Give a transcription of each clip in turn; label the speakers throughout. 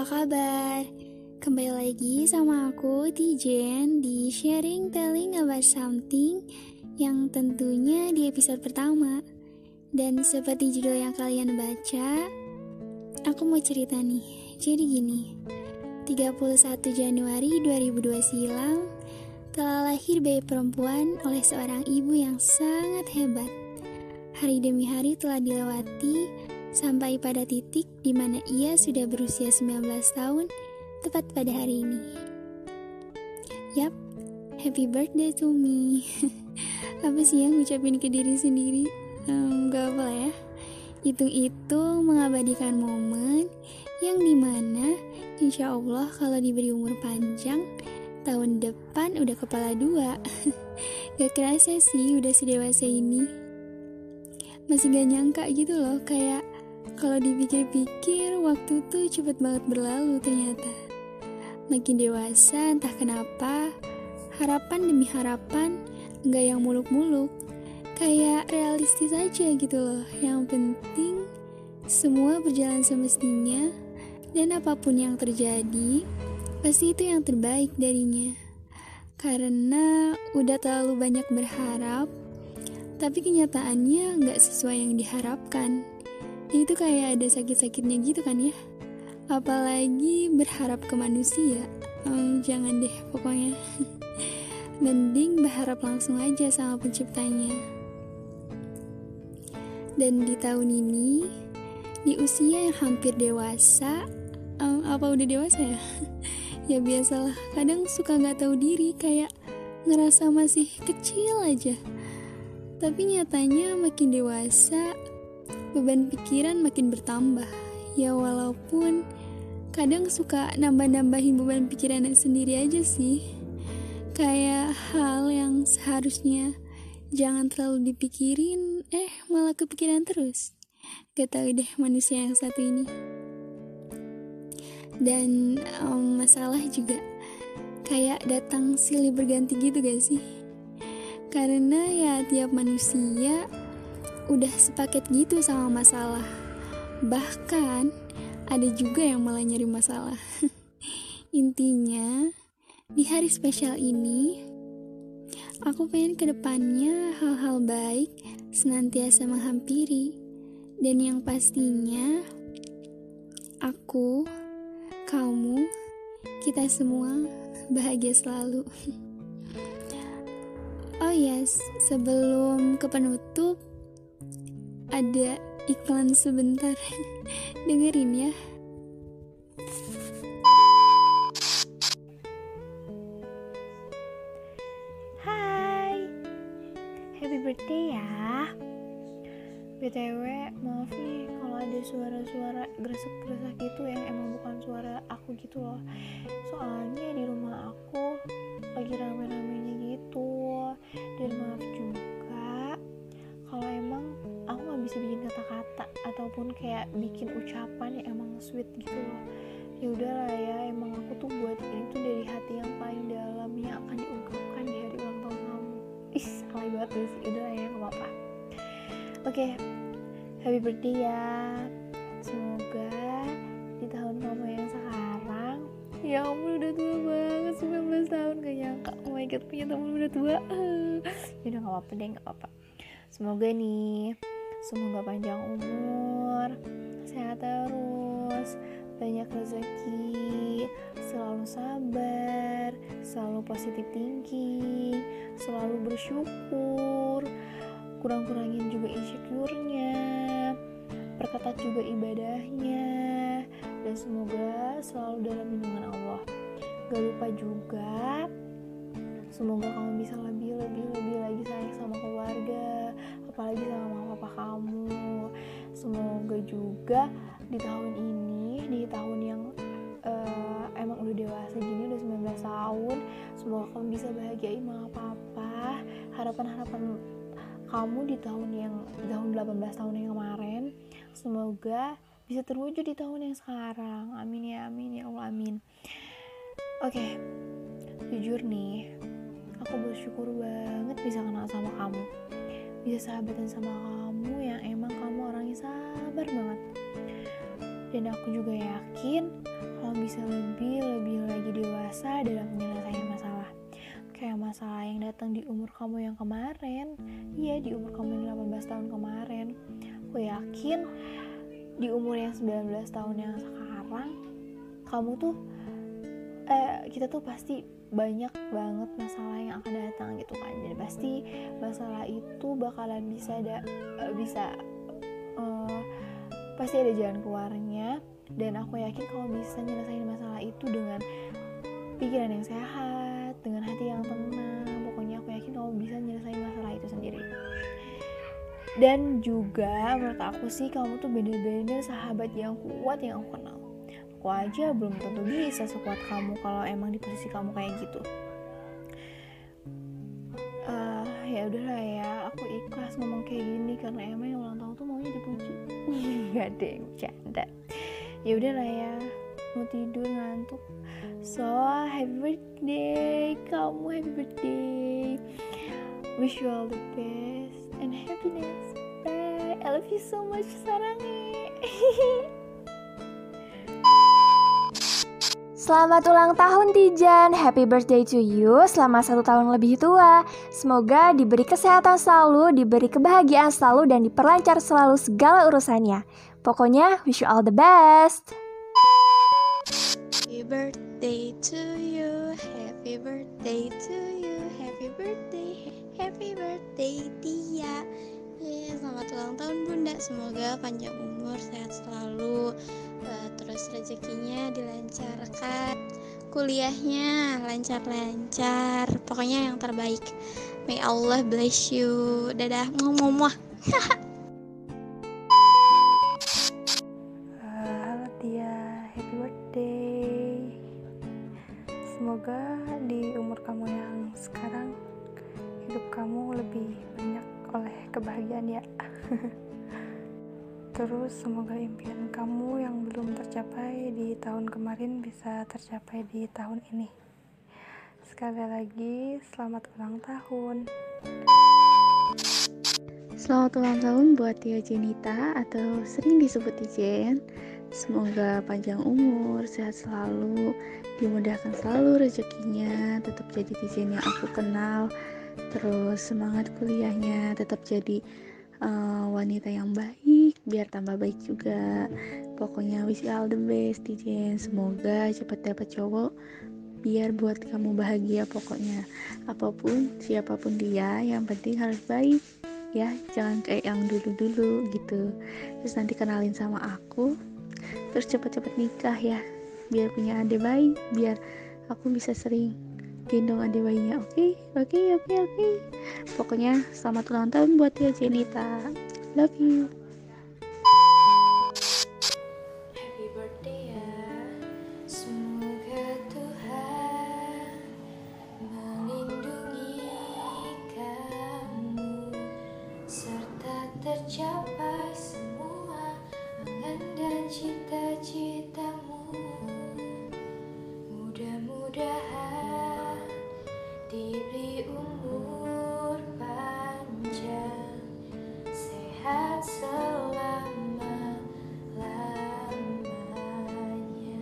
Speaker 1: apa kabar? Kembali lagi sama aku Tijen di Sharing Telling About Something yang tentunya di episode pertama. Dan seperti judul yang kalian baca, aku mau cerita nih. Jadi gini, 31 Januari 2002 silam telah lahir bayi perempuan oleh seorang ibu yang sangat hebat. Hari demi hari telah dilewati sampai pada titik di mana ia sudah berusia 19 tahun tepat pada hari ini. Yap, happy birthday to me. Apa sih yang ngucapin ke diri sendiri? Gak apa lah ya. Hitung-hitung mengabadikan momen yang dimana insya Allah kalau diberi umur panjang, tahun depan udah kepala 2. Gak kerasa sih udah sedewasa ini. Masih gak nyangka gitu loh, kayak kalau dipikir-pikir waktu tuh cepet banget berlalu ternyata. Makin dewasa entah kenapa, harapan demi harapan gak yang muluk-muluk, kayak realistis aja gitu loh. Yang penting semua berjalan semestinya, dan apapun yang terjadi pasti itu yang terbaik darinya. Karena udah terlalu banyak berharap, tapi kenyataannya gak sesuai yang diharapkan. Itu kayak ada sakit-sakitnya gitu kan ya. Apalagi berharap ke manusia. Jangan deh pokoknya. Mending berharap langsung aja sama penciptanya. Dan di tahun ini, di usia yang hampir dewasa, apa udah dewasa ya? Ya biasalah, kadang suka gak tahu diri, kayak ngerasa masih kecil aja. Tapi nyatanya makin dewasa, beban pikiran makin bertambah. Ya walaupun kadang suka nambah-nambahin beban pikiran sendiri aja sih. Kayak hal yang seharusnya jangan terlalu dipikirin, malah kepikiran terus. Gak tahu deh manusia yang satu ini. Dan masalah juga kayak datang silih berganti gitu gak sih? Karena ya tiap manusia udah sepaket gitu sama masalah. Bahkan ada juga yang malah nyari masalah. Intinya, di hari spesial ini, aku pengen kedepannya hal-hal baik senantiasa menghampiri. Dan yang pastinya, aku, kamu, kita semua bahagia selalu. Oh yes, sebelum ke penutup, ada iklan sebentar. Dengerin ya.
Speaker 2: Hai, happy birthday ya. BTW, maaf nih kalau ada suara-suara gresek-gresek gitu yang emang bukan suara aku gitu loh. Soalnya di rumah aku lagi rame-ramenya gitu. Dan maaf juga kalau emang aku gak bisa bikin kata-kata ataupun kayak bikin ucapan yang emang sweet gitu loh. Ya udahlah ya, emang aku tuh buat ini tuh dari hati yang paling dalam yang akan diungkapkan di hari ulang tahun kamu. Alay banget sih, udah ya, gak apa-apa. Oke, happy birthday ya. Semoga di tahun kamu yang sekarang, ya ampun udah tua banget, 19 tahun, gak nyangka. Oh my god, punya temen udah tua. Yaudah gak apa-apa deh, gak apa-apa. Semoga nih, semoga panjang umur, sehat terus, banyak rezeki, selalu sabar, selalu positive thinking, selalu bersyukur, kurang-kurangin juga insecure-nya, perketat juga ibadahnya, dan semoga selalu dalam lindungan Allah. Gak lupa juga, semoga kamu bisa lebih lagi sayang sama keluarga, apalagi sama mama papa kamu. Semoga juga di tahun ini, di tahun yang emang udah dewasa gini, udah 19 tahun, semoga kamu bisa bahagiain mama papa. Harapan-harapan kamu di tahun 18 tahun yang kemarin, semoga bisa terwujud di tahun yang sekarang. Amin ya Allah, amin. Oke, jujur nih, aku bersyukur banget bisa kenal sama kamu, bisa sahabatan sama kamu yang emang kamu orangnya sabar banget. Dan aku juga yakin kamu bisa lebih lagi dewasa dalam menyelesaikan masalah. Kayak masalah yang datang di umur kamu yang kemarin. Iya, di umur kamu yang 18 tahun kemarin. Aku yakin di umur yang 19 tahun yang sekarang, kamu tuh kita tuh pasti banyak banget masalah yang akan datang gitu kan. Dan pasti masalah itu bakalan pasti ada jalan keluarnya. Dan aku yakin kamu bisa nyelesain masalah itu dengan pikiran yang sehat, dengan hati yang tenang. Pokoknya aku yakin kamu bisa nyelesain masalah itu sendiri. Dan juga menurut aku sih kamu tuh bener-bener sahabat yang kuat yang aku kenal. Aku aja belum tentu bisa sekuat kamu kalau emang di posisi kamu kayak gitu. Ya udahlah ya, aku ikhlas ngomong kayak gini karena emang yang ulang tahun tuh maunya dipuji. Gak ada yang bercanda. Ya udahlah ya, mau tidur ngantuk. So happy birthday kamu, happy birthday. Wish you all the best and happiness. Bye. I love you so much, sarange.
Speaker 3: Selamat ulang tahun Tijan, happy birthday to you selama 1 tahun lebih tua. Semoga diberi kesehatan selalu, diberi kebahagiaan selalu, dan diperlancar selalu segala urusannya. Pokoknya wish you all the best.
Speaker 1: Happy birthday to you, happy birthday to you, happy birthday Tia. Selamat ulang tahun Bunda, semoga panjang umur, sehat selalu, terus rezekinya dilancarkan, kuliahnya lancar-lancar, pokoknya yang terbaik. May Allah bless you. Dadah, muah.
Speaker 2: Halo Tia, happy birthday. Semoga di umur kamu yang sekarang hidup kamu lebih banyak oleh kebahagiaan ya. Terus semoga impian kamu yang belum tercapai di tahun kemarin bisa tercapai di tahun ini. Sekali lagi selamat ulang tahun.
Speaker 1: Selamat ulang tahun buat Tia Jenita atau sering disebut Tijen. Semoga panjang umur, sehat selalu, dimudahkan selalu rezekinya, tetap jadi Tijen yang aku kenal. Terus semangat kuliahnya, tetap jadi wanita yang baik, biar tambah baik juga. Pokoknya wish you all the best Tijen. Semoga cepat dapat cowok biar buat kamu bahagia. Pokoknya apapun siapapun dia, yang penting harus baik ya, jangan kayak yang dulu gitu. Terus nanti kenalin sama aku, terus cepet-cepet nikah ya, biar punya adik bayi, biar aku bisa sering gendong adik bayinya. Oke. Pokoknya selamat ulang tahun buat Tia Jenita, love you.
Speaker 3: Happy birthday ya. Semoga Tuhan melindungi kamu serta tercapai semua angan dan cita-citamu. Mudah-mudahan diberi umur panjang, sehat selama-lamanya.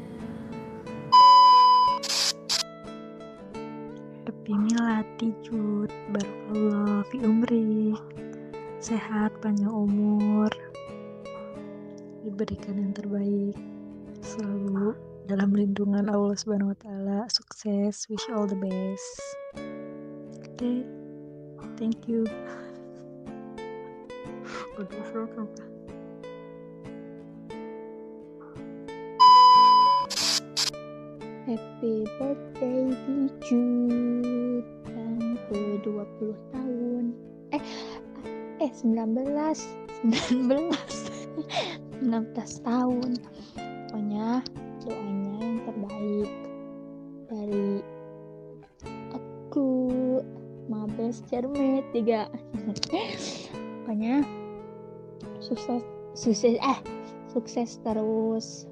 Speaker 4: Happy milad Tijut, barakallah fi umrik, sehat panjang umur, diberikan yang terbaik selalu dalam lindungan Allah Subhanahu wa taala, sukses, wish you all the best. Okay, thank you.
Speaker 1: Happy birthday Tijut yang ke-20 tahun. 19 tahun. Pokoknya doanya yang terbaik dari aku, Mabes Cermet 3. Pokoknya sukses terus.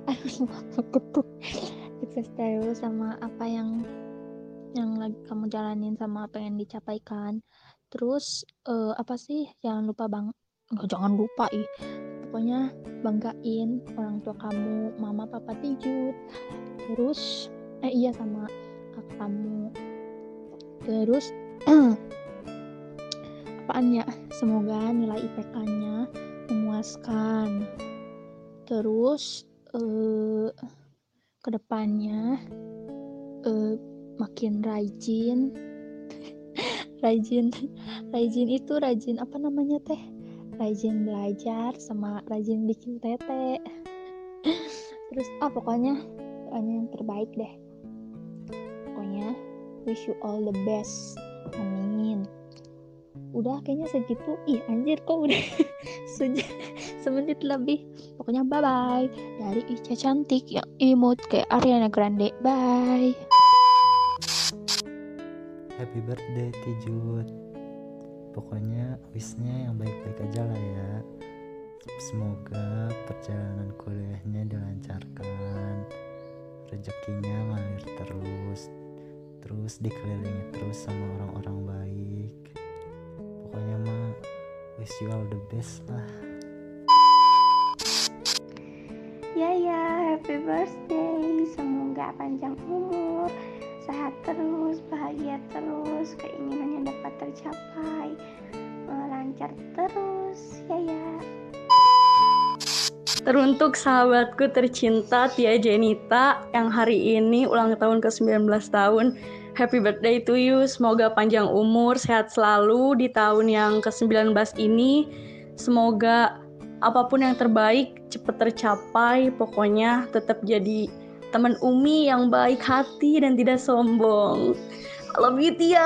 Speaker 1: Sukses terus sama apa yang lagi kamu jalanin, sama apa yang dicapaikan. Terus jangan lupa
Speaker 5: Pokoknya banggain orang tua kamu, mama papa Tijut. Terus sama kakak kamu. Terus apaan ya? Semoga nilai IPK-nya memuaskan. Terus kedepannya makin rajin itu rajin apa namanya teh? Rajin belajar sama rajin bikin tete. Terus pokoknya yang terbaik deh. Pokoknya wish you all the best. Amin. Udah kayaknya segitu. Anjir kok udah semenit lebih. Pokoknya bye bye dari Ica cantik yang imut kayak Ariana Grande. Bye.
Speaker 6: Happy birthday Tijut. Pokoknya wishnya yang baik-baik aja lah ya. Semoga perjalanan kuliahnya dilancarkan, rezekinya ngalir terus dikelilingi terus sama orang-orang baik. Pokoknya mah wish you all the best lah.
Speaker 7: Ya, happy birthday. Semoga panjang umur, sehat terus, bahagia terus, keinginannya dapat tercapai, lancar terus, ya.
Speaker 8: Teruntuk sahabatku tercinta Tia Jenita yang hari ini ulang tahun ke-19 tahun. Happy birthday to you. Semoga panjang umur, sehat selalu di tahun yang ke-19 ini. Semoga apapun yang terbaik cepat tercapai. Pokoknya tetap jadi teman Umi yang baik hati dan tidak sombong. I love you Tia.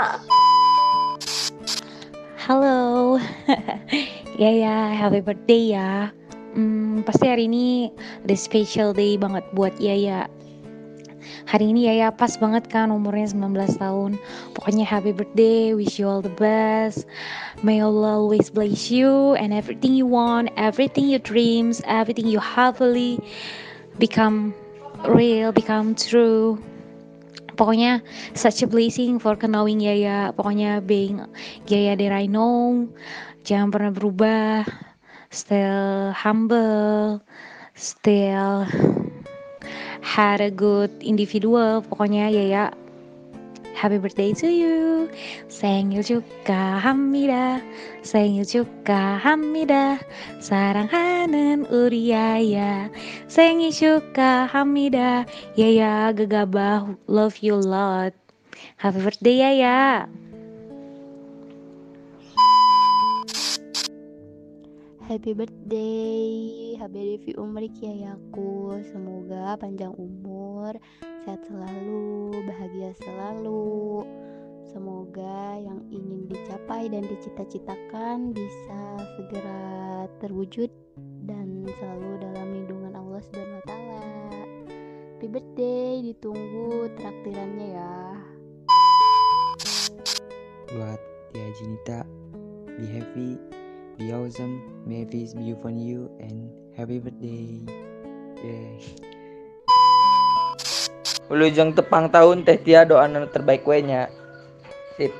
Speaker 9: Halo. Ya, happy birthday ya. Pasti hari ini ada special day banget buat Yaya. Hari ini Yaya pas banget kan umurnya 19 tahun. Pokoknya happy birthday, wish you all the best. May Allah always bless you and everything you want, everything you dreams, everything you happily become real, become true. Pokoknya such a blessing for knowing Yaya. Pokoknya being Yaya that I know. Jangan pernah berubah. Still humble, still had a good individual. Pokoknya Yaya, happy birthday to you. 생일 축하합니다. 생일 축하합니다. 사랑하는 우리 Yaya. 생일 축하합니다. Yaya gegabah, love you a lot. Happy birthday Yaya.
Speaker 7: Happy birthday, habibi umrik Yayaku. Semoga panjang umur, sehat selalu, bahagia selalu. Semoga yang ingin dicapai dan dicita-citakan bisa segera terwujud dan selalu dalam lindungan Allah Subhanahu wa taala. Happy birthday, ditunggu traktirannya ya.
Speaker 10: Buat Tia Jenita, be happy, be awesome, may peace be upon you, and happy birthday.
Speaker 11: Ulujeng tepang tahun teh Tia doa terbaik nya. Sip.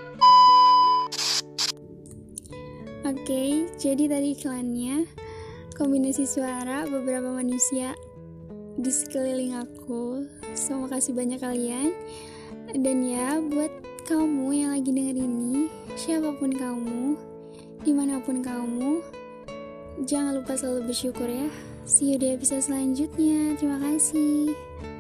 Speaker 1: Oke, jadi tadi iklannya kombinasi suara beberapa manusia di sekeliling aku. So, makasih banyak kalian. Dan ya, buat kamu yang lagi denger ini, siapapun kamu, dimanapun kamu, jangan lupa selalu bersyukur ya. See you di episode selanjutnya. Terima kasih.